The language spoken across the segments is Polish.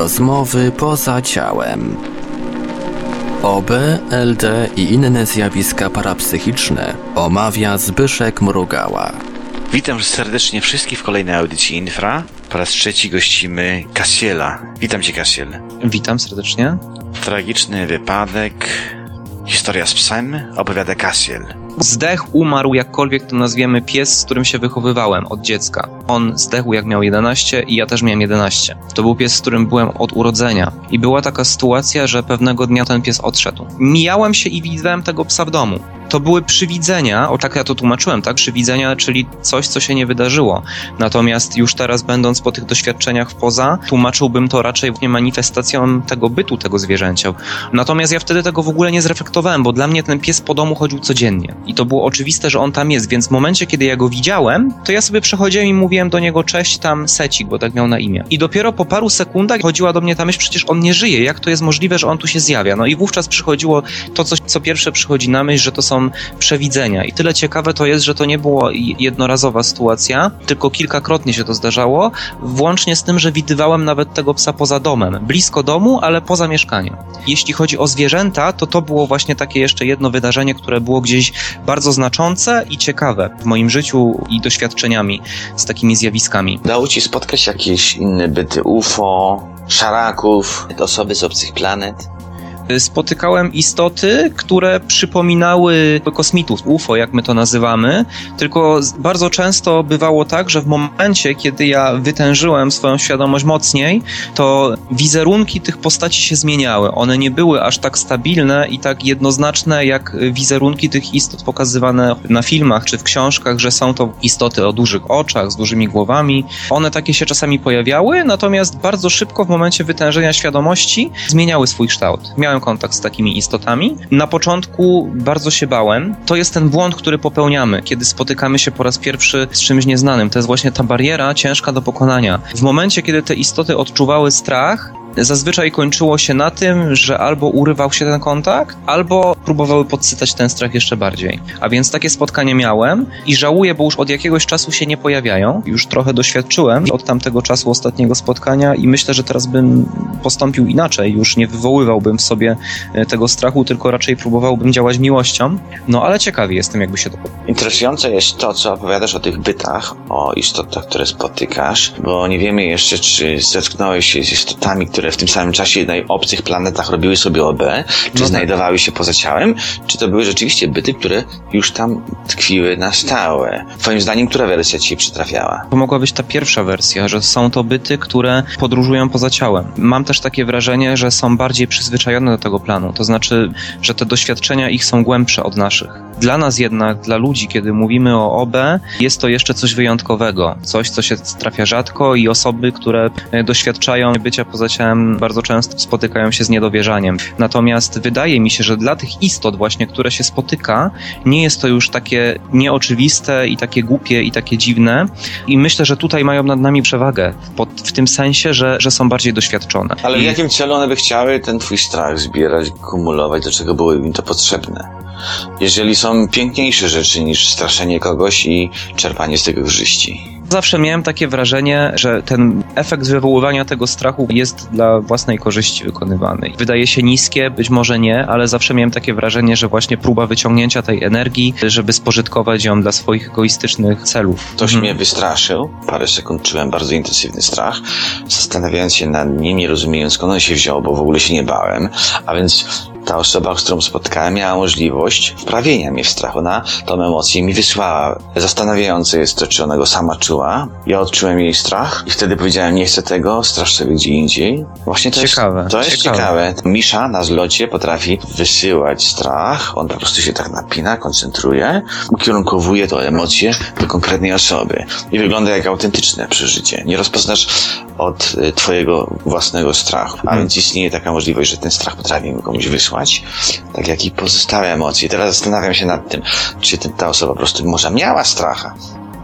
Rozmowy poza ciałem. OB, LD i inne zjawiska parapsychiczne omawia Zbyszek Mrugała. Witam serdecznie wszystkich w kolejnej audycji Infra. Po raz trzeci gościmy Cassiela. Witam cię, Cassiel. Witam serdecznie. Tragiczny wypadek, historia z psem, opowiada Cassiel. Zdechł, umarł, jakkolwiek to nazwiemy, pies, z którym się wychowywałem od dziecka. On zdechł jak miał 11 i ja też miałem 11. To był pies, z którym byłem od urodzenia. I była taka sytuacja, że pewnego dnia ten pies odszedł. Mijałem się i widziałem tego psa w domu. To były przywidzenia, tak ja to tłumaczyłem, tak? Przywidzenia, czyli coś, co się nie wydarzyło. Natomiast już teraz, będąc po tych doświadczeniach poza, tłumaczyłbym to raczej manifestacją tego bytu tego zwierzęcia. Natomiast ja wtedy tego w ogóle nie zreflektowałem, bo dla mnie ten pies po domu chodził codziennie. I to było oczywiste, że on tam jest, więc w momencie, kiedy ja go widziałem, to ja sobie przechodziłem i mówiłem do niego cześć tam Secik, bo tak miał na imię. I dopiero po paru sekundach chodziła do mnie ta myśl, przecież on nie żyje, jak to jest możliwe, że on tu się zjawia? No i wówczas przychodziło to, co pierwsze przychodzi na myśl, że to są przewidzenia. I tyle ciekawe to jest, że to nie była jednorazowa sytuacja, tylko kilkakrotnie się to zdarzało, włącznie z tym, że widywałem nawet tego psa poza domem. Blisko domu, ale poza mieszkaniem. Jeśli chodzi o zwierzęta, to było właśnie takie jeszcze jedno wydarzenie, które było gdzieś bardzo znaczące i ciekawe w moim życiu i doświadczeniami z takimi zjawiskami. Dało ci spotkać jakieś inne byty UFO, szaraków, osoby z obcych planet? Spotykałem istoty, które przypominały kosmitów, UFO, jak my to nazywamy, tylko bardzo często bywało tak, że w momencie, kiedy ja wytężyłem swoją świadomość mocniej, to wizerunki tych postaci się zmieniały. One nie były aż tak stabilne i tak jednoznaczne, jak wizerunki tych istot pokazywane na filmach czy w książkach, że są to istoty o dużych oczach, z dużymi głowami. One takie się czasami pojawiały, natomiast bardzo szybko w momencie wytężenia świadomości zmieniały swój kształt. Miałem kontakt z takimi istotami. Na początku bardzo się bałem. To jest ten błąd, który popełniamy, kiedy spotykamy się po raz pierwszy z czymś nieznanym. To jest właśnie ta bariera ciężka do pokonania. W momencie, kiedy te istoty odczuwały strach, zazwyczaj kończyło się na tym, że albo urywał się ten kontakt, albo próbowały podsycać ten strach jeszcze bardziej. A więc takie spotkanie miałem i żałuję, bo już od jakiegoś czasu się nie pojawiają. Już trochę doświadczyłem od tamtego czasu ostatniego spotkania i myślę, że teraz bym postąpił inaczej. Już nie wywoływałbym w sobie tego strachu, tylko raczej próbowałbym działać miłością. No ale ciekawy jestem, jakby się to... Interesujące jest to, co opowiadasz o tych bytach, o istotach, które spotykasz, bo nie wiemy jeszcze, czy zetknąłeś się z istotami, które w tym samym czasie na obcych planetach robiły sobie OB, czy znajdowały się poza ciałem, czy to były rzeczywiście byty, które już tam tkwiły na stałe. Twoim zdaniem, która wersja ci się przytrafiała? To mogła być ta pierwsza wersja, że są to byty, które podróżują poza ciałem. Mam też takie wrażenie, że są bardziej przyzwyczajone do tego planu, to znaczy, że te doświadczenia ich są głębsze od naszych. Dla nas jednak, dla ludzi, kiedy mówimy o OB, jest to jeszcze coś wyjątkowego, coś, co się trafia rzadko i osoby, które doświadczają bycia poza ciałem, bardzo często spotykają się z niedowierzaniem. Natomiast wydaje mi się, że dla tych istot właśnie, które się spotyka, nie jest to już takie nieoczywiste i takie głupie i takie dziwne i myślę, że tutaj mają nad nami przewagę w tym sensie, że są bardziej doświadczone. Ale w jakim celu one by chciały ten twój strach zbierać, kumulować, do czego było im to potrzebne? Jeżeli są piękniejsze rzeczy niż straszenie kogoś i czerpanie z tego korzyści. Zawsze miałem takie wrażenie, że ten efekt wywoływania tego strachu jest dla własnej korzyści wykonywany. Wydaje się niskie, być może nie, ale zawsze miałem takie wrażenie, że właśnie próba wyciągnięcia tej energii, żeby spożytkować ją dla swoich egoistycznych celów. Ktoś mnie wystraszył, parę sekund czułem bardzo intensywny strach, zastanawiając się nad nim, nie rozumiejąc skąd on się wziął, bo w ogóle się nie bałem, a więc ta osoba, z którą spotkałem, miała możliwość wprawienia mnie w strach. Ona tą emocję mi wysłała. Zastanawiające jest to, czy ona go sama czuła. Ja odczułem jej strach i wtedy powiedziałem, nie chcę tego, strasz sobie gdzie indziej. Właśnie to jest ciekawe. Misza na zlocie potrafi wysyłać strach. On po prostu się tak napina, koncentruje, ukierunkowuje tę emocję do konkretnej osoby. I wygląda jak autentyczne przeżycie. Nie rozpoznasz od twojego własnego strachu. A więc istnieje taka możliwość, że ten strach potrafi komuś wysłać, tak jak i pozostałe emocje. Teraz zastanawiam się nad tym, czy ta osoba po prostu może miała stracha.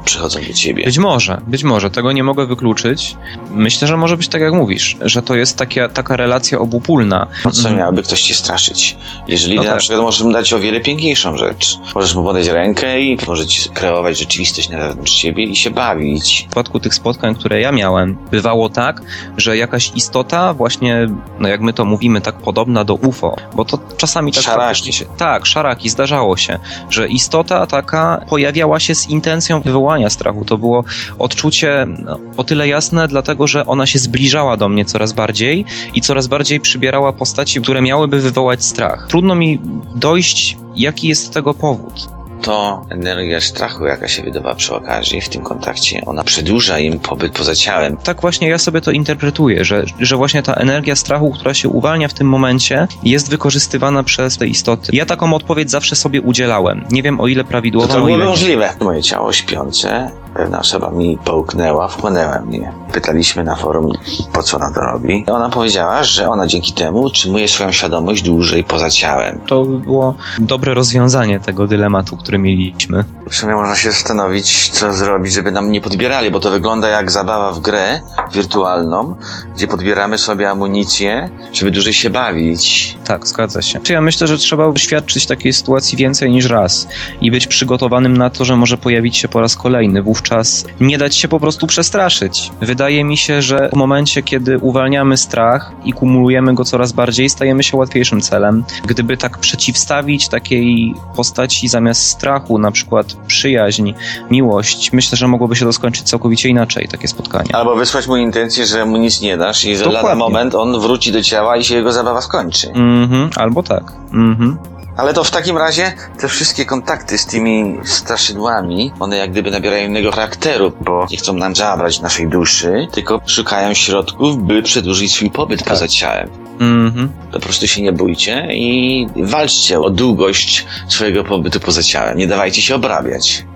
przychodzą do ciebie. Być może, tego nie mogę wykluczyć. Myślę, że może być tak jak mówisz, że to jest taka relacja obopólna. Po co miałby ktoś cię straszyć? Jeżeli na przykład możesz mu dać o wiele piękniejszą rzecz. Możesz mu podać rękę i może ci kreować rzeczywistość na zewnątrz ciebie i się bawić. W przypadku tych spotkań, które ja miałem, bywało tak, że jakaś istota właśnie, no jak my to mówimy, tak podobna do UFO, bo to czasami tak Szaraki. Szaraki, zdarzało się, że istota taka pojawiała się z intencją wywołania strachu. To było odczucie o tyle jasne, dlatego że ona się zbliżała do mnie coraz bardziej i coraz bardziej przybierała postaci, które miałyby wywołać strach. Trudno mi dojść, jaki jest tego powód. To energia strachu, jaka się wydobywa przy okazji w tym kontakcie, ona przedłuża im pobyt poza ciałem. Tak właśnie ja sobie to interpretuję, że właśnie ta energia strachu, która się uwalnia w tym momencie, jest wykorzystywana przez te istoty. Ja taką odpowiedź zawsze sobie udzielałem. Nie wiem, o ile prawidłowo. To było możliwe. Moje ciało śpiące, pewna osoba mi połknęła, wchłonęła mnie. Pytaliśmy na forum, po co ona to robi. Ona powiedziała, że ona dzięki temu utrzymuje swoją świadomość dłużej poza ciałem. To było dobre rozwiązanie tego dylematu, który mieliśmy. W sumie można się zastanowić, co zrobić, żeby nam nie podbierali, bo to wygląda jak zabawa w grę wirtualną, gdzie podbieramy sobie amunicję, żeby dłużej się bawić. Tak, zgadza się. Ja myślę, że trzeba doświadczyć takiej sytuacji więcej niż raz i być przygotowanym na to, że może pojawić się po raz kolejny. Wówczas nie dać się po prostu przestraszyć. Wydaje mi się, że w momencie, kiedy uwalniamy strach i kumulujemy go coraz bardziej, stajemy się łatwiejszym celem. Gdyby tak przeciwstawić takiej postaci zamiast strachu, na przykład przyjaźń, miłość, myślę, że mogłoby się to skończyć całkowicie inaczej, takie spotkanie. Albo wysłać mu intencję, że mu nic nie dasz i za lada moment on wróci do ciała i się jego zabawa skończy. Albo tak. Ale to w takim razie te wszystkie kontakty z tymi straszydłami, one jak gdyby nabierają innego charakteru, bo nie chcą nam zabrać naszej duszy, tylko szukają środków, by przedłużyć swój pobyt poza ciałem. Po prostu się nie bójcie i walczcie o długość swojego pobytu poza ciałem. Nie dawajcie się obrabiać.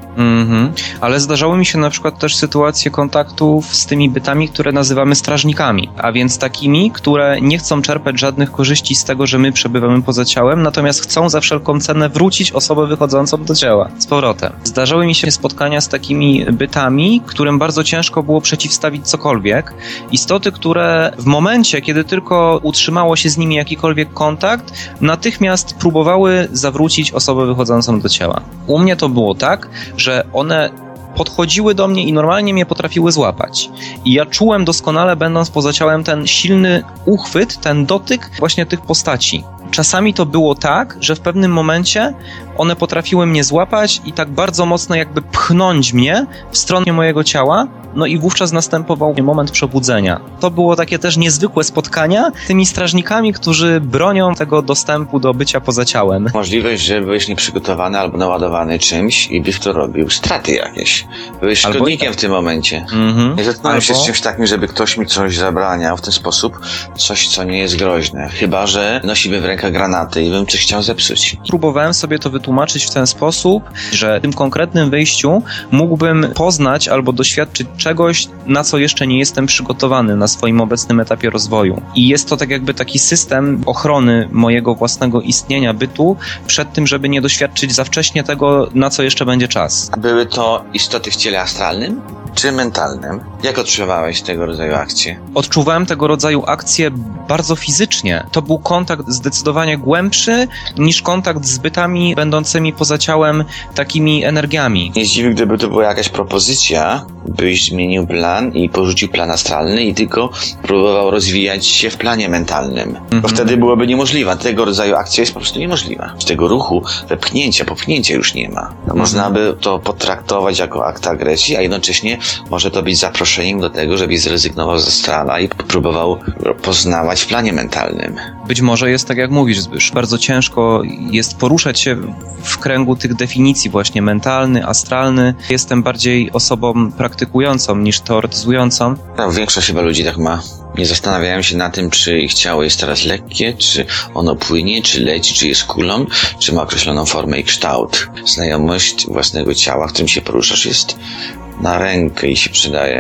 Ale zdarzały mi się na przykład też sytuacje kontaktów z tymi bytami, które nazywamy strażnikami, a więc takimi, które nie chcą czerpać żadnych korzyści z tego, że my przebywamy poza ciałem, natomiast chcą za wszelką cenę wrócić osobę wychodzącą do ciała z powrotem. Zdarzały mi się spotkania z takimi bytami, którym bardzo ciężko było przeciwstawić cokolwiek. Istoty, które w momencie, kiedy tylko utrzymało się z nimi jakikolwiek kontakt, natychmiast próbowały zawrócić osobę wychodzącą do ciała. U mnie to było tak, że one podchodziły do mnie i normalnie mnie potrafiły złapać. I ja czułem doskonale, będąc poza ciałem, ten silny uchwyt, ten dotyk właśnie tych postaci. Czasami to było tak, że w pewnym momencie one potrafiły mnie złapać i tak bardzo mocno jakby pchnąć mnie w stronę mojego ciała, no i wówczas następował moment przebudzenia. To było takie też niezwykłe spotkania z tymi strażnikami, którzy bronią tego dostępu do bycia poza ciałem. Możliwość, że byłeś nieprzygotowany albo naładowany czymś i byś to robił straty jakieś. Byłeś szkodnikiem w tym momencie. Nie zetknąłem się z czymś takim, żeby ktoś mi coś zabraniał w ten sposób, coś, co nie jest groźne. Chyba że nosimy w rękach granaty i bym coś chciał zepsuć. Próbowałem sobie to wytłumaczyć w ten sposób, że w tym konkretnym wyjściu mógłbym poznać albo doświadczyć czegoś, na co jeszcze nie jestem przygotowany na swoim obecnym etapie rozwoju. I jest to tak jakby taki system ochrony mojego własnego istnienia, bytu, przed tym, żeby nie doświadczyć za wcześnie tego, na co jeszcze będzie czas. Były to istoty w ciele astralnym czy mentalnym? Jak odczuwałeś tego rodzaju akcje? Odczuwałem tego rodzaju akcje bardzo fizycznie. To był kontakt zdecydowanie głębszy niż kontakt z bytami będącymi poza ciałem takimi energiami. Nie zdziwi, gdyby to była jakaś propozycja, byś zmienił plan i porzucił plan astralny i tylko próbował rozwijać się w planie mentalnym. Bo wtedy byłoby niemożliwe. Tego rodzaju akcja jest po prostu niemożliwa. Z tego ruchu, wepchnięcia, popchnięcia już nie ma. Można by to potraktować jako akt agresji, a jednocześnie może to być zaproszeniem do tego, żebyś zrezygnował z astrala i próbował poznawać w planie mentalnym. Być może jest tak, jak mówisz, Zbysz. Bardzo ciężko jest poruszać się w kręgu tych definicji właśnie mentalny, astralny. Jestem bardziej osobą praktykującą niż teoretyzującą. No, większość chyba ludzi tak ma. Nie zastanawiają się na tym, czy ich ciało jest teraz lekkie, czy ono płynie, czy leci, czy jest kulą, czy ma określoną formę i kształt. Znajomość własnego ciała, w którym się poruszasz, jest na rękę i się przydaje.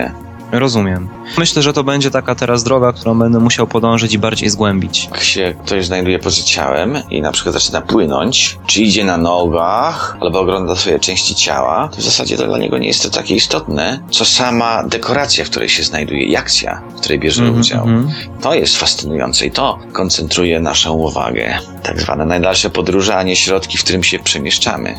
Rozumiem. Myślę, że to będzie taka teraz droga, którą będę musiał podążyć i bardziej zgłębić. Jak się ktoś znajduje poza ciałem i na przykład zaczyna płynąć, czy idzie na nogach, albo ogląda swoje części ciała, to w zasadzie to dla niego nie jest to takie istotne, co sama dekoracja, w której się znajduje i akcja, w której bierze udział. To jest fascynujące i to koncentruje naszą uwagę. Tak zwane najdalsze podróże, a nie środki, w którym się przemieszczamy.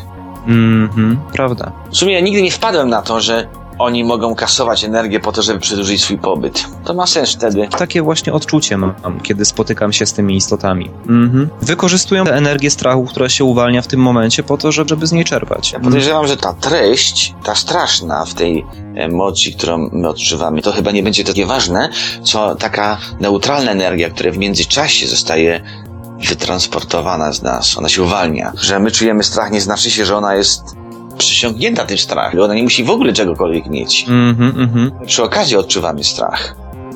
Prawda. W sumie ja nigdy nie wpadłem na to, że oni mogą kasować energię po to, żeby przedłużyć swój pobyt. To ma sens wtedy. Takie właśnie odczucie mam, kiedy spotykam się z tymi istotami. Wykorzystują tę energię strachu, która się uwalnia w tym momencie po to, żeby z niej czerpać. Ja podejrzewam, że ta treść, ta straszna w tej emocji, którą my odczuwamy, to chyba nie będzie takie ważne, co taka neutralna energia, która w międzyczasie zostaje wytransportowana z nas. Ona się uwalnia. Że my czujemy strach, nie znaczy się, że ona jest przysiągnięta tym strachem. Ona nie musi w ogóle czegokolwiek mieć. Przy okazji odczuwamy strach.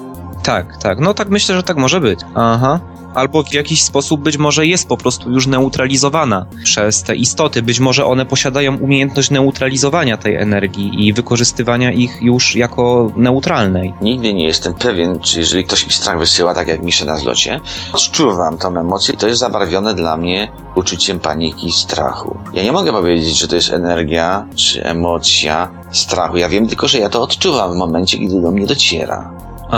Tak. No tak myślę, że tak może być. Albo w jakiś sposób być może jest po prostu już neutralizowana przez te istoty. Być może one posiadają umiejętność neutralizowania tej energii i wykorzystywania ich już jako neutralnej. Nigdy nie jestem pewien, czy jeżeli ktoś mi strach wysyła, tak jak misze na zlocie, odczuwam tą emocję i to jest zabarwione dla mnie uczuciem paniki i strachu. Ja nie mogę powiedzieć, że to jest energia czy emocja strachu. Ja wiem tylko, że ja to odczuwam w momencie, kiedy do mnie dociera.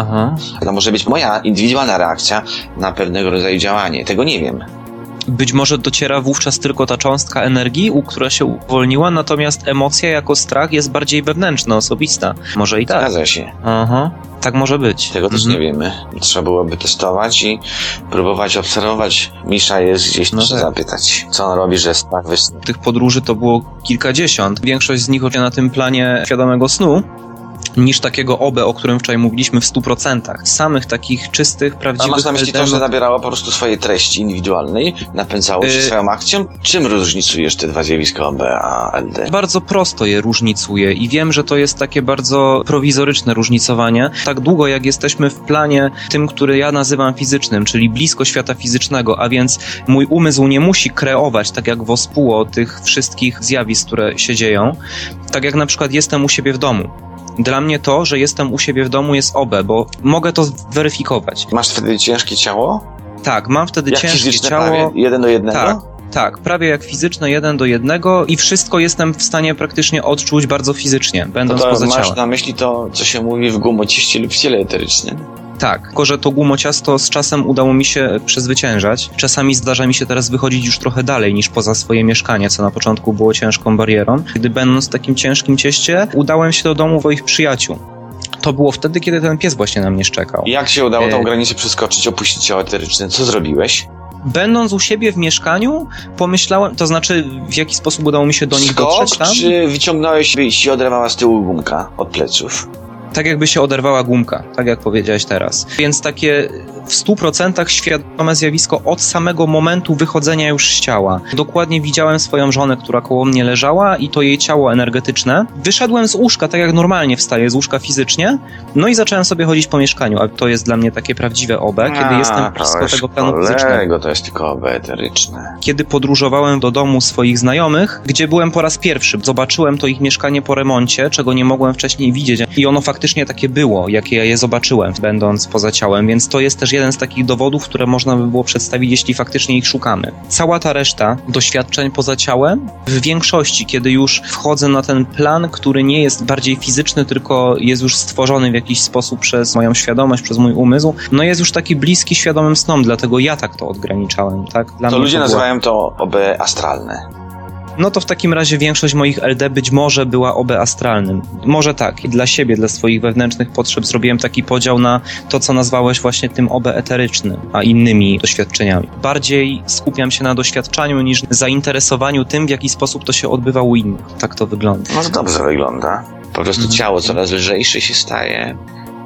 To może być moja indywidualna reakcja na pewnego rodzaju działanie. Tego nie wiem. Być może dociera wówczas tylko ta cząstka energii, która się uwolniła, natomiast emocja jako strach jest bardziej wewnętrzna, osobista. Może i tak. Zgadza się. Tak może być. Tego też nie wiemy. Trzeba byłoby testować i próbować obserwować. Misza jest gdzieś, muszę zapytać, co on robi, że strach wysnuł. Tych podróży to było kilkadziesiąt. Większość z nich na tym planie świadomego snu, niż takiego OBE, o którym wczoraj mówiliśmy w 100%. Samych takich czystych, prawdziwych... A masz na myśli to, że nabierało po prostu swojej treści indywidualnej, napędzało się swoją akcją? Czym różnicujesz te dwa zjawiska OBE a LD? Bardzo prosto je różnicuję i wiem, że to jest takie bardzo prowizoryczne różnicowanie. Tak długo jak jesteśmy w planie tym, który ja nazywam fizycznym, czyli blisko świata fizycznego, a więc mój umysł nie musi kreować, tak jak wospuło, tych wszystkich zjawisk, które się dzieją. Tak jak na przykład jestem u siebie w domu. Dla mnie to, że jestem u siebie w domu jest OBE, bo mogę to zweryfikować. Masz wtedy ciężkie ciało? Tak, mam wtedy jak ciężkie fizyczne ciało. Prawie 1:1? Tak, prawie jak fizyczne 1:1 i wszystko jestem w stanie praktycznie odczuć bardzo fizycznie, będąc poza ciałem. Masz na myśli to, co się mówi w gumocieście lub w ciele eterycznym? Tak, tylko że to gumociasto z czasem udało mi się przezwyciężać. Czasami zdarza mi się teraz wychodzić już trochę dalej niż poza swoje mieszkanie, co na początku było ciężką barierą. Gdy będąc w takim ciężkim cieście, udałem się do domu swoich przyjaciół. To było wtedy, kiedy ten pies właśnie na mnie szczekał. I jak się udało tą granicę przeskoczyć, opuścić ciało eteryczne? Co zrobiłeś? Będąc u siebie w mieszkaniu, pomyślałem, to znaczy w jaki sposób udało mi się do nich dotrzeć tam? Czy wyciągnąłeś i się oderwała z tyłu gumka od pleców? Tak jakby się oderwała gumka, tak jak powiedziałeś teraz. Więc takie w 100% świadome zjawisko od samego momentu wychodzenia już z ciała. Dokładnie widziałem swoją żonę, która koło mnie leżała i to jej ciało energetyczne. Wyszedłem z łóżka, tak jak normalnie wstaję z łóżka fizycznie, no i zacząłem sobie chodzić po mieszkaniu, a to jest dla mnie takie prawdziwe OBE, kiedy jestem blisko tego planu fizycznego. To jest tylko OBE eteryczne. Kiedy podróżowałem do domu swoich znajomych, gdzie byłem po raz pierwszy, zobaczyłem to ich mieszkanie po remoncie, czego nie mogłem wcześniej widzieć i ono faktycznie takie było, jakie ja je zobaczyłem, będąc poza ciałem, więc to jest też jeden z takich dowodów, które można by było przedstawić, jeśli faktycznie ich szukamy. Cała ta reszta doświadczeń poza ciałem, w większości, kiedy już wchodzę na ten plan, który nie jest bardziej fizyczny, tylko jest już stworzony w jakiś sposób przez moją świadomość, przez mój umysł, no jest już taki bliski świadomym snom, dlatego ja tak to odgraniczałem, tak? Dla to mnie ludzie to nazywają to OBE astralne. No to w takim razie większość moich LD być może była OBE astralnym. Może tak. I dla siebie, dla swoich wewnętrznych potrzeb zrobiłem taki podział na to, co nazwałeś właśnie tym OBE eterycznym, a innymi doświadczeniami. Bardziej skupiam się na doświadczaniu niż zainteresowaniu tym, w jaki sposób to się odbywa u innych. Tak to wygląda. No to dobrze wygląda. Po prostu ciało coraz lżejsze się staje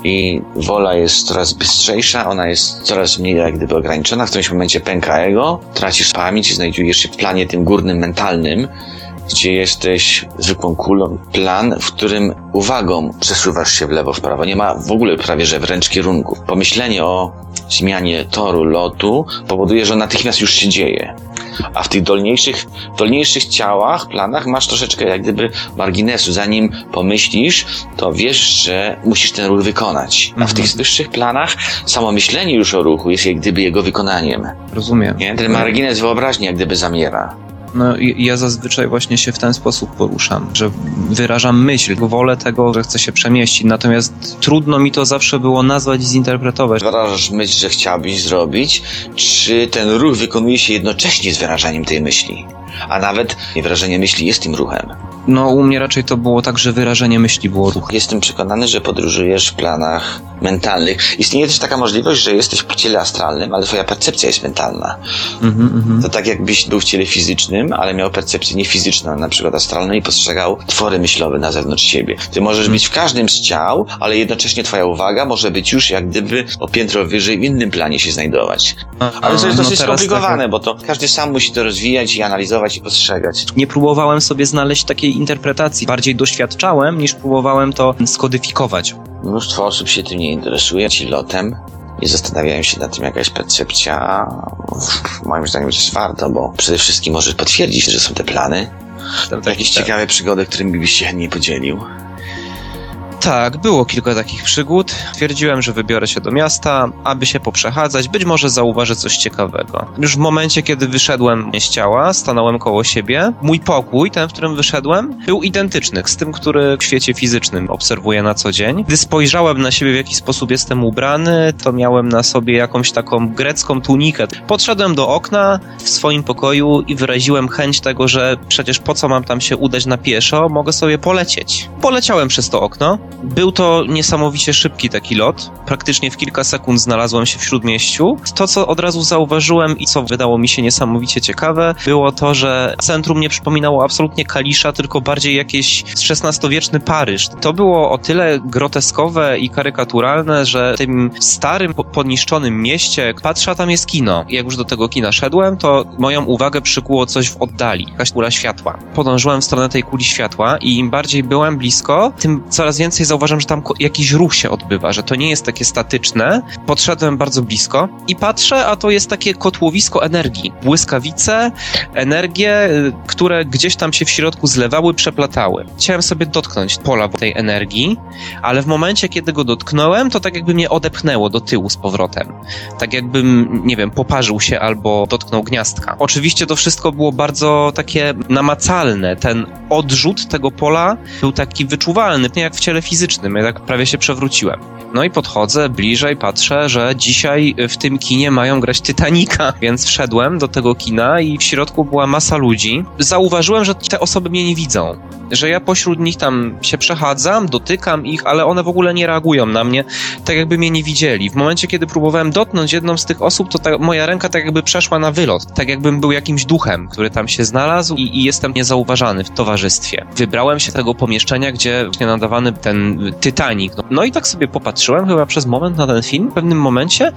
i wola jest coraz bystrzejsza, ona jest coraz mniej jak gdyby ograniczona, w którymś momencie pęka ego, tracisz pamięć i znajdujesz się w planie tym górnym, mentalnym, gdzie jesteś zwykłą kulą. Plan, w którym uwagą przesuwasz się w lewo, w prawo. Nie ma w ogóle prawie że wręcz kierunków. Pomyślenie o zmianie toru lotu powoduje, że natychmiast już się dzieje. A w tych dolniejszych ciałach, planach masz troszeczkę jak gdyby marginesu. Zanim pomyślisz, to wiesz, że musisz ten ruch wykonać. A w tych wyższych planach samo myślenie już o ruchu jest jak gdyby jego wykonaniem. Rozumiem. Nie? Ten margines wyobraźni jak gdyby zamiera. No i ja zazwyczaj właśnie się w ten sposób poruszam, że wyrażam myśl, wolę tego, że chcę się przemieścić, natomiast trudno mi to zawsze było nazwać i zinterpretować. Wyrażasz myśl, że chciałbyś zrobić, czy ten ruch wykonuje się jednocześnie z wyrażaniem tej myśli? A nawet wyrażenie myśli jest tym ruchem. No u mnie raczej to było tak, że wyrażenie myśli było ruchem. Jestem przekonany, że podróżujesz w planach mentalnych. Istnieje też taka możliwość, że jesteś w ciele astralnym, ale twoja percepcja jest mentalna. To tak jakbyś był w ciele fizycznym, ale miał percepcję niefizyczną, na przykład astralną i postrzegał twory myślowe na zewnątrz siebie. Ty możesz być w każdym z ciał, ale jednocześnie twoja uwaga może być już jak gdyby o piętro wyżej w innym planie się znajdować. Ale to jest dosyć skomplikowane, bo to każdy sam musi to rozwijać i analizować i postrzegać. Nie próbowałem sobie znaleźć takiej interpretacji. Bardziej doświadczałem, niż próbowałem to skodyfikować. Mnóstwo osób się tym nie interesuje, ci lotem. Nie zastanawiają się nad tym, jaka jest percepcja. Moim zdaniem to jest warto, bo przede wszystkim możesz potwierdzić, że są te plany. Jakieś ciekawe przygody, którymi byś się chętnie podzielił. Tak, było kilka takich przygód. Twierdziłem, że wybiorę się do miasta, aby się poprzechadzać, być może zauważę coś ciekawego. Już w momencie, kiedy wyszedłem z ciała, stanąłem koło siebie. Mój pokój, ten, w którym wyszedłem, był identyczny z tym, który w świecie fizycznym obserwuję na co dzień. Gdy spojrzałem na siebie, w jaki sposób jestem ubrany, to miałem na sobie jakąś taką grecką tunikę. Podszedłem do okna w swoim pokoju i wyraziłem chęć tego, że przecież po co mam tam się udać na pieszo, mogę sobie polecieć. Poleciałem przez to okno. Był to niesamowicie szybki taki lot. Praktycznie w kilka sekund znalazłem się w śródmieściu. To, co od razu zauważyłem i co wydało mi się niesamowicie ciekawe, było to, że centrum nie przypominało absolutnie Kalisza, tylko bardziej jakieś XVI-wieczny Paryż. To było o tyle groteskowe i karykaturalne, że w tym starym, poniszczonym mieście patrzę, a tam jest kino. I jak już do tego kina szedłem, to moją uwagę przykuło coś w oddali. Jakaś kula światła. Podążyłem w stronę tej kuli światła i im bardziej byłem blisko, tym coraz więcej zauważam, że tam jakiś ruch się odbywa, że to nie jest takie statyczne. Podszedłem bardzo blisko i patrzę, a to jest takie kotłowisko energii. Błyskawice, energie, które gdzieś tam się w środku zlewały, przeplatały. Chciałem sobie dotknąć pola tej energii, ale w momencie, kiedy go dotknąłem, to tak jakby mnie odepchnęło do tyłu z powrotem. Tak jakbym, nie wiem, poparzył się albo dotknął gniazdka. Oczywiście to wszystko było bardzo takie namacalne. Ten odrzut tego pola był taki wyczuwalny, nie jak w ciele fizycznym. Ja tak prawie się przewróciłem. No i podchodzę bliżej, patrzę, że dzisiaj w tym kinie mają grać Titanica, więc wszedłem do tego kina i w środku była masa ludzi. Zauważyłem, że te osoby mnie nie widzą. Że ja pośród nich tam się przechadzam, dotykam ich, ale one w ogóle nie reagują na mnie, tak jakby mnie nie widzieli. W momencie, kiedy próbowałem dotknąć jedną z tych osób, to moja ręka tak jakby przeszła na wylot. Tak jakbym był jakimś duchem, który tam się znalazł i jestem niezauważany w towarzystwie. Wybrałem się tego pomieszczenia, gdzie nadawany ten Titanic. No i tak sobie popatrzyłem chyba przez moment na ten film. W pewnym momencie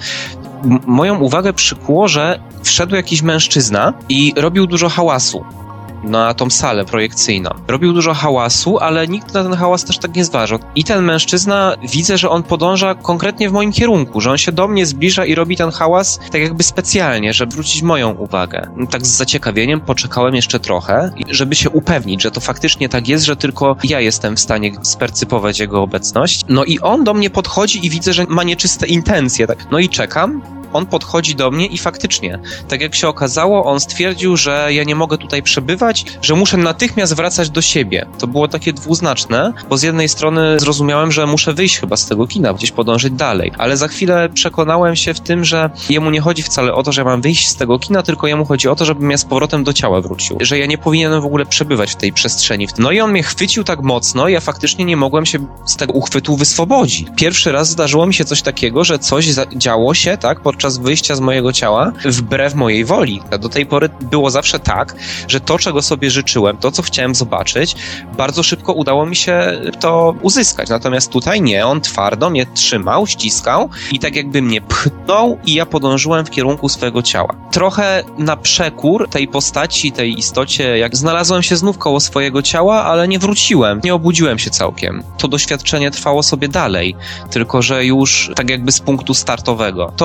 moją uwagę przykuło, że wszedł jakiś mężczyzna i robił dużo hałasu na tą salę projekcyjną. Robił dużo hałasu, ale nikt na ten hałas też tak nie zważał. I ten mężczyzna, widzę, że on podąża konkretnie w moim kierunku, że on się do mnie zbliża i robi ten hałas tak jakby specjalnie, żeby zwrócić moją uwagę. Tak z zaciekawieniem poczekałem jeszcze trochę, żeby się upewnić, że to faktycznie tak jest, że tylko ja jestem w stanie spercypować jego obecność. No i on do mnie podchodzi i widzę, że ma nieczyste intencje. No i czekam. On podchodzi do mnie i faktycznie, tak jak się okazało, on stwierdził, że ja nie mogę tutaj przebywać, że muszę natychmiast wracać do siebie. To było takie dwuznaczne, bo z jednej strony zrozumiałem, że muszę wyjść chyba z tego kina, gdzieś podążyć dalej, ale za chwilę przekonałem się w tym, że jemu nie chodzi wcale o to, że ja mam wyjść z tego kina, tylko jemu chodzi o to, żebym ja z powrotem do ciała wrócił. Że ja nie powinienem w ogóle przebywać w tej przestrzeni. No i on mnie chwycił tak mocno, ja faktycznie nie mogłem się z tego uchwytu wyswobodzić. Pierwszy raz zdarzyło mi się coś takiego, że coś działo się, tak, podczas wyjścia z mojego ciała wbrew mojej woli. Do tej pory było zawsze tak, że to, czego sobie życzyłem, to, co chciałem zobaczyć, bardzo szybko udało mi się to uzyskać. Natomiast tutaj nie, on twardo mnie trzymał, ściskał i tak jakby mnie pchnął i ja podążyłem w kierunku swojego ciała. Trochę na przekór tej postaci, tej istocie, jak znalazłem się znów koło swojego ciała, ale nie wróciłem, nie obudziłem się całkiem. To doświadczenie trwało sobie dalej, tylko że już tak jakby z punktu startowego. To było właśnie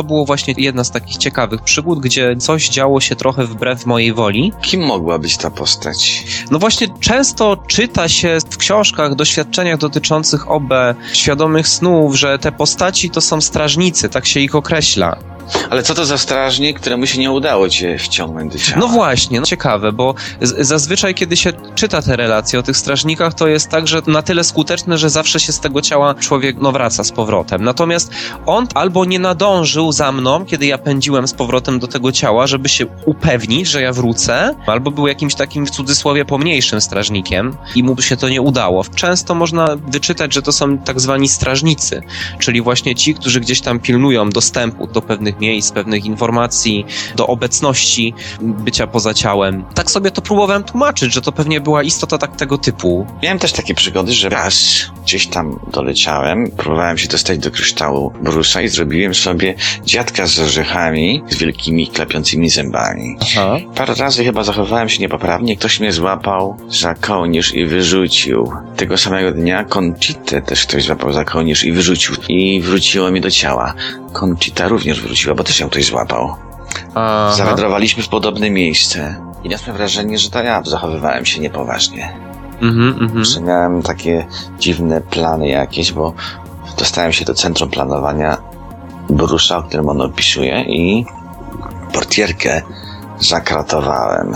właśnie jedna z takich ciekawych przygód, gdzie coś działo się trochę wbrew mojej woli. Kim mogła być ta postać? No właśnie często czyta się w książkach, doświadczeniach dotyczących OB, świadomych snów, że te postaci to są strażnicy, tak się ich określa. Ale co to za strażnik, któremu się nie udało cię wciągnąć do ciała? No właśnie, no ciekawe, bo zazwyczaj kiedy się czyta te relacje o tych strażnikach, to jest tak, że na tyle skuteczne, że zawsze się z tego ciała człowiek wraca z powrotem. Natomiast on albo nie nadążył za mną, kiedy ja pędziłem z powrotem do tego ciała, żeby się upewnić, że ja wrócę, albo był jakimś takim w cudzysłowie pomniejszym strażnikiem i mu się to nie udało. Często można wyczytać, że to są tak zwani strażnicy, czyli właśnie ci, którzy gdzieś tam pilnują dostępu do pewnych miejsc, pewnych informacji, do obecności bycia poza ciałem. Tak sobie to próbowałem tłumaczyć, że to pewnie była istota tego typu. Miałem też takie przygody, że raz gdzieś tam doleciałem, próbowałem się dostać do kryształu Bruce'a i zrobiłem sobie dziadka z orzechami, z wielkimi, klepiącymi zębami. Aha. Parę razy chyba zachowywałem się niepoprawnie, ktoś mnie złapał za kołnierz i wyrzucił. Tego samego dnia Conchitę też ktoś złapał za kołnierz i wyrzucił. I wróciło mi do ciała. Conchita również wróciła, bo też ją ktoś złapał. Aha. Zawędrowaliśmy w podobne miejsce. I miałem wrażenie, że to ja zachowywałem się niepoważnie. Że miałem takie dziwne plany jakieś, bo dostałem się do centrum planowania Bruce'a, o którym on opisuje, i portierkę zakratowałem.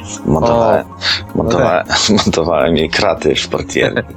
Montowałem jej kraty w portierkę.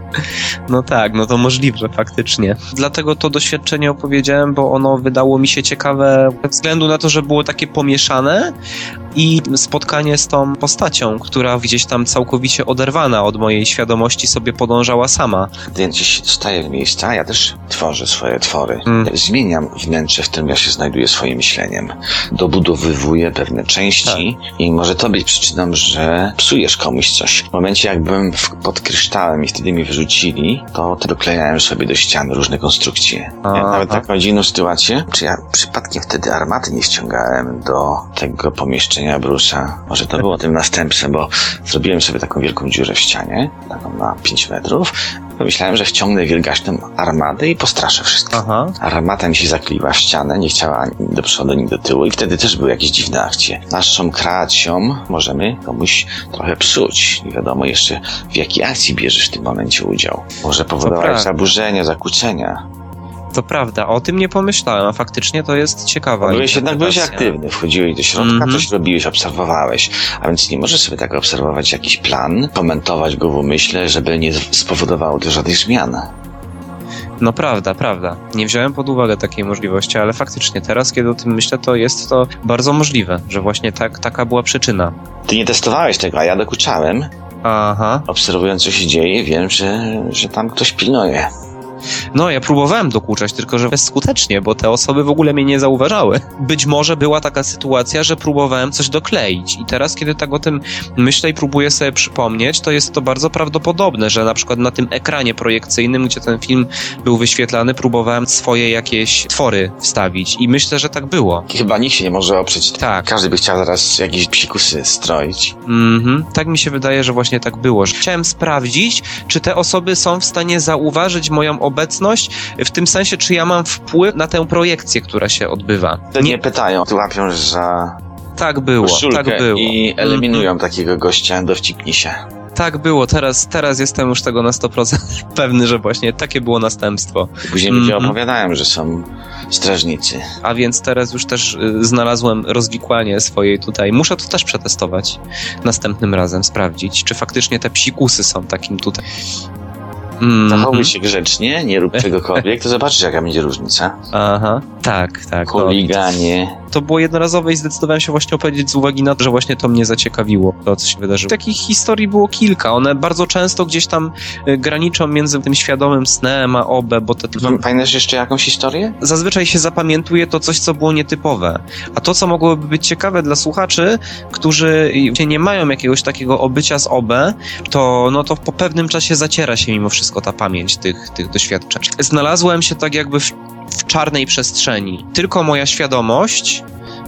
No tak, no to możliwe faktycznie. Dlatego to doświadczenie opowiedziałem, bo ono wydało mi się ciekawe ze względu na to, że było takie pomieszane i spotkanie z tą postacią, która gdzieś tam całkowicie oderwana od mojej świadomości sobie podążała sama. Gdy gdzieś staję w miejsca, ja też tworzę swoje twory. Zmieniam wnętrze, w którym ja się znajduję swoim myśleniem. Dobudowywuję pewne części i może to być przyczyną, że psujesz komuś coś. W momencie jak byłem pod kryształem i wtedy mi wyrzucili, to doklejałem sobie do ściany różne konstrukcje. Nawet taką dziwną sytuację, czy ja przypadkiem wtedy armaty nie ściągałem do tego pomieszczenia Bruce'a. Może to było tym następstwem, bo zrobiłem sobie taką wielką dziurę w ścianie, taką na 5 metrów. Pomyślałem, że wciągnę wielgaśną armatę i postraszę wszystko. Armata mi się zakleiła w ścianę, nie chciała ani do przodu, ani do tyłu i wtedy też były jakieś dziwne akcje. Naszą kreacją możemy komuś trochę psuć. Nie wiadomo jeszcze, w jakiej akcji bierzesz w tym momencie udział. Może powodować zaburzenia, zakłócenia. To prawda, o tym nie pomyślałem, a faktycznie to jest ciekawa byłeś aktywny, wchodziłeś do środka, coś robiłeś, obserwowałeś, a więc nie możesz sobie tak obserwować jakiś plan, komentować go w umyśle, żeby nie spowodowało to żadnych zmian. No prawda. Nie wziąłem pod uwagę takiej możliwości, ale faktycznie teraz, kiedy o tym myślę, to jest to bardzo możliwe, że właśnie taka była przyczyna. Ty nie testowałeś tego, a ja dokuczałem. Obserwując, co się dzieje, wiem, że tam ktoś pilnuje. No, ja próbowałem dokuczać, tylko że bezskutecznie, bo te osoby w ogóle mnie nie zauważały. Być może była taka sytuacja, że próbowałem coś dokleić i teraz, kiedy tak o tym myślę i próbuję sobie przypomnieć, to jest to bardzo prawdopodobne, że na przykład na tym ekranie projekcyjnym, gdzie ten film był wyświetlany, próbowałem swoje jakieś twory wstawić i myślę, że tak było. Chyba nikt się nie może oprzeć. Tak. Każdy by chciał zaraz jakieś psikusy stroić. Tak mi się wydaje, że właśnie tak było. Chciałem sprawdzić, czy te osoby są w stanie zauważyć moją obecność, w tym sensie, czy ja mam wpływ na tę projekcję, która się odbywa. Nie pytają, tu łapią za koszulkę i eliminują takiego gościa, dowcipni się. Tak było, teraz jestem już tego na 100% pewny, że właśnie takie było następstwo. Później ludzie opowiadają, że są strażnicy. A więc teraz już też znalazłem rozwikłanie swojej tutaj. Muszę to też przetestować następnym razem, sprawdzić, czy faktycznie te psikusy są takim tutaj. Zachowuj się grzecznie, nie rób czegokolwiek, to zobaczysz, jaka będzie różnica. Tak. Chuliganie. To było jednorazowe i zdecydowałem się właśnie opowiedzieć z uwagi na to, że właśnie to mnie zaciekawiło, to co się wydarzyło. Takich historii było kilka, one bardzo często gdzieś tam graniczą między tym świadomym snem a OB, bo te... Pamiętasz jeszcze jakąś historię? Zazwyczaj się zapamiętuje to coś, co było nietypowe, a to, co mogłoby być ciekawe dla słuchaczy, którzy nie mają jakiegoś takiego obycia z OB, to po pewnym czasie zaciera się mimo wszystko ta pamięć tych doświadczeń. Znalazłem się tak jakby w czarnej przestrzeni. Tylko moja świadomość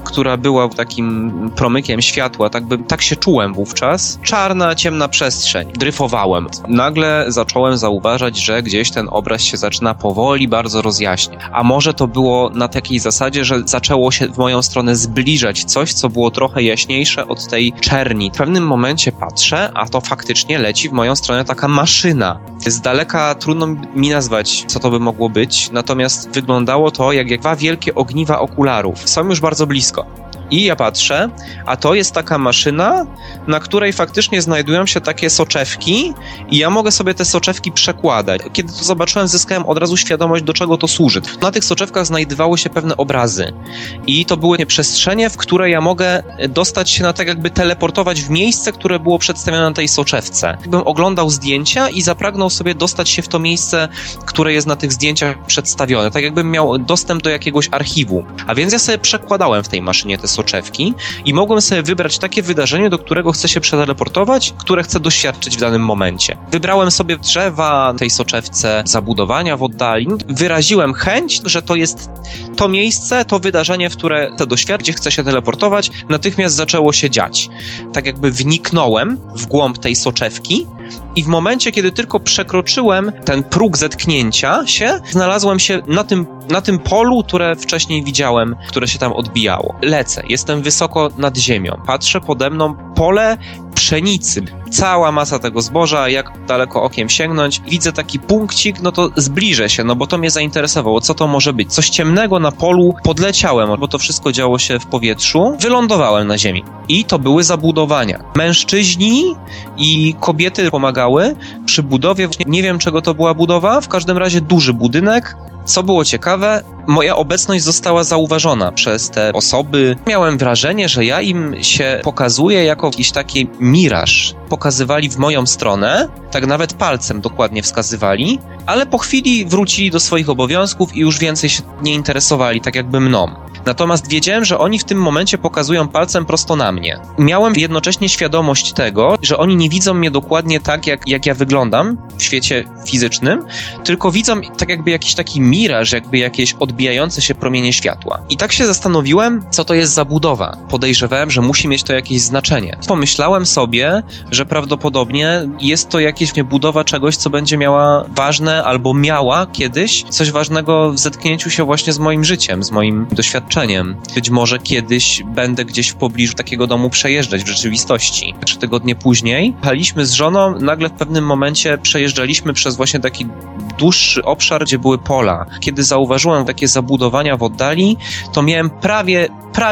która była takim promykiem światła, tak się czułem wówczas. Czarna, ciemna przestrzeń. Dryfowałem. Nagle zacząłem zauważać, że gdzieś ten obraz się zaczyna powoli bardzo rozjaśniać. A może to było na takiej zasadzie, że zaczęło się w moją stronę zbliżać coś, co było trochę jaśniejsze od tej czerni. W pewnym momencie patrzę, a to faktycznie leci w moją stronę taka maszyna. Z daleka trudno mi nazwać, co to by mogło być, natomiast wyglądało to jak dwa wielkie ogniwa okularów. Są już bardzo blisko. I ja patrzę, a to jest taka maszyna, na której faktycznie znajdują się takie soczewki i ja mogę sobie te soczewki przekładać. Kiedy to zobaczyłem, zyskałem od razu świadomość, do czego to służy. Na tych soczewkach znajdowały się pewne obrazy i to były przestrzenie, w które ja mogę dostać się tak jakby teleportować w miejsce, które było przedstawione na tej soczewce. Bym oglądał zdjęcia i zapragnął sobie dostać się w to miejsce, które jest na tych zdjęciach przedstawione. Tak jakbym miał dostęp do jakiegoś archiwum. A więc ja sobie przekładałem w tej maszynie te soczewki i mogłem sobie wybrać takie wydarzenie, do którego chcę się przeteleportować, które chcę doświadczyć w danym momencie. Wybrałem sobie drzewa, tej soczewce, zabudowania w oddali. Wyraziłem chęć, że to jest to miejsce, to wydarzenie, w które chcę doświadczyć, gdzie chcę się teleportować. Natychmiast zaczęło się dziać. Tak jakby wniknąłem w głąb tej soczewki i w momencie, kiedy tylko przekroczyłem ten próg zetknięcia się, znalazłem się na tym polu, które wcześniej widziałem, które się tam odbijało. Lecę, jestem wysoko nad ziemią, patrzę pode mną pole pszenicy. Cała masa tego zboża, jak daleko okiem sięgnąć. Widzę taki punkcik, no to zbliżę się, no bo to mnie zainteresowało. Co to może być? Coś ciemnego na polu. Podleciałem, bo to wszystko działo się w powietrzu. Wylądowałem na ziemi. I to były zabudowania. Mężczyźni i kobiety pomagały przy budowie. Nie wiem, czego to była budowa. W każdym razie duży budynek. Co było ciekawe, moja obecność została zauważona przez te osoby. Miałem wrażenie, że ja im się pokazuję jako jakiś taki miraż. Pokazywali w moją stronę, tak nawet palcem dokładnie wskazywali, ale po chwili wrócili do swoich obowiązków i już więcej się nie interesowali, tak jakby mną. Natomiast wiedziałem, że oni w tym momencie pokazują palcem prosto na mnie. Miałem jednocześnie świadomość tego, że oni nie widzą mnie dokładnie tak, jak ja wyglądam w świecie fizycznym, tylko widzą tak jakby jakiś taki miraż, jakby jakieś odbijające się promienie światła. I tak się zastanowiłem, co to jest za budowa. Podejrzewałem, że musi mieć to jakieś znaczenie. Pomyślałem sobie, że prawdopodobnie jest to jakieś budowa czegoś, co będzie miała ważne albo miała kiedyś coś ważnego w zetknięciu się właśnie z moim życiem, z moim doświadczeniem. Być może kiedyś będę gdzieś w pobliżu takiego domu przejeżdżać w rzeczywistości. 3 tygodnie później jechaliśmy z żoną, nagle w pewnym momencie przejeżdżaliśmy przez właśnie taki dłuższy obszar, gdzie były pola. Kiedy zauważyłem takie zabudowania w oddali, to miałem prawie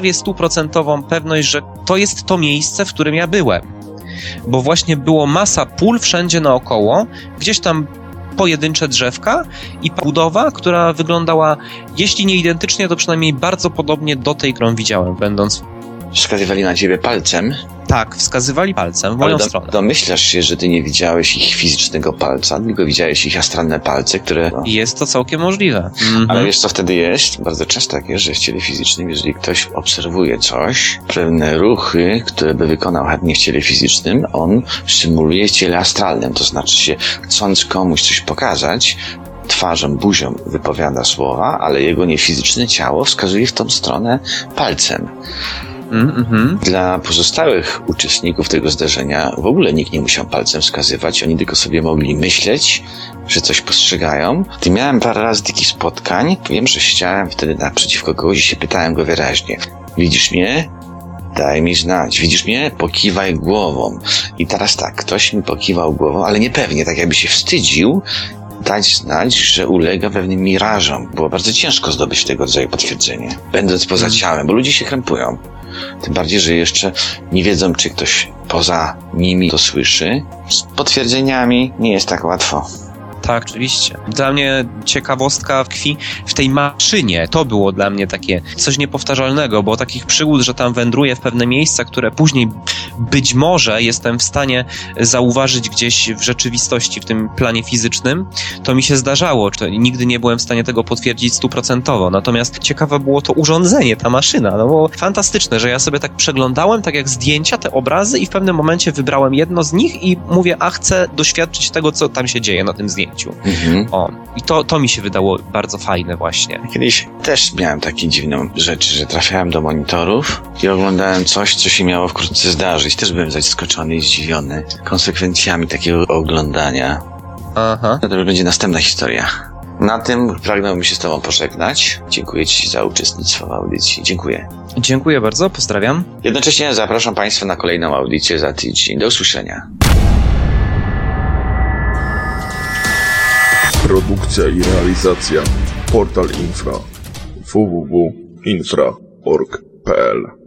100% pewność, że to jest to miejsce, w którym ja byłem. Bo właśnie było masa pól wszędzie naokoło, gdzieś tam pojedyncze drzewka i budowa, która wyglądała, jeśli nie identycznie, to przynajmniej bardzo podobnie do tej, którą widziałem, będąc... Wskazywali na ciebie palcem? Tak, wskazywali palcem w moją stronę. Domyślasz się, że ty nie widziałeś ich fizycznego palca, tylko widziałeś ich astralne palce, które... No. Jest to całkiem możliwe. Ale wiesz, co wtedy jest? Bardzo często tak jest, że w ciele fizycznym, jeżeli ktoś obserwuje coś, pewne ruchy, które by wykonał chętnie w ciele fizycznym, on symuluje w ciele astralnym. To znaczy się, chcąc komuś coś pokazać, twarzą, buzią wypowiada słowa, ale jego niefizyczne ciało wskazuje w tą stronę palcem. Dla pozostałych uczestników tego zdarzenia w ogóle nikt nie musiał palcem wskazywać, oni tylko sobie mogli myśleć, że coś postrzegają. Miałem parę razy takich spotkań, wiem, że siedziałem wtedy naprzeciwko kogoś i się pytałem go wyraźnie: widzisz mnie? Daj mi znać. Widzisz mnie? Pokiwaj głową. I teraz tak, ktoś mi pokiwał głową, ale niepewnie, tak jakby się wstydził dać znać, że ulega pewnym mirażom. Było bardzo ciężko zdobyć tego rodzaju potwierdzenie, będąc poza ciałem, bo ludzie się krępują. Tym bardziej, że jeszcze nie wiedzą, czy ktoś poza nimi to słyszy. Z potwierdzeniami nie jest tak łatwo. Tak, oczywiście. Dla mnie ciekawostka tkwi w tej maszynie. To było dla mnie takie coś niepowtarzalnego, bo takich przygód, że tam wędruję w pewne miejsca, które później być może jestem w stanie zauważyć gdzieś w rzeczywistości, w tym planie fizycznym, to mi się zdarzało. Nigdy nie byłem w stanie tego potwierdzić 100%. Natomiast ciekawe było to urządzenie, ta maszyna. No było fantastyczne, że ja sobie tak przeglądałem, tak jak zdjęcia, te obrazy i w pewnym momencie wybrałem jedno z nich i mówię, chcę doświadczyć tego, co tam się dzieje na tym zdjęciu. zdjęciu. O, i to mi się wydało bardzo fajne właśnie. Kiedyś też miałem takie dziwne rzeczy, że trafiałem do monitorów i oglądałem coś, co się miało wkrótce zdarzyć. Też byłem zaskoczony i zdziwiony konsekwencjami takiego oglądania. Aha. To już będzie następna historia. Na tym pragnąłbym się z Tobą pożegnać. Dziękuję Ci za uczestnictwo w audycji. Dziękuję. Dziękuję bardzo, pozdrawiam. Jednocześnie zapraszam Państwa na kolejną audycję za tydzień. Do usłyszenia. Produkcja i realizacja Portal Infra www.infra.org.pl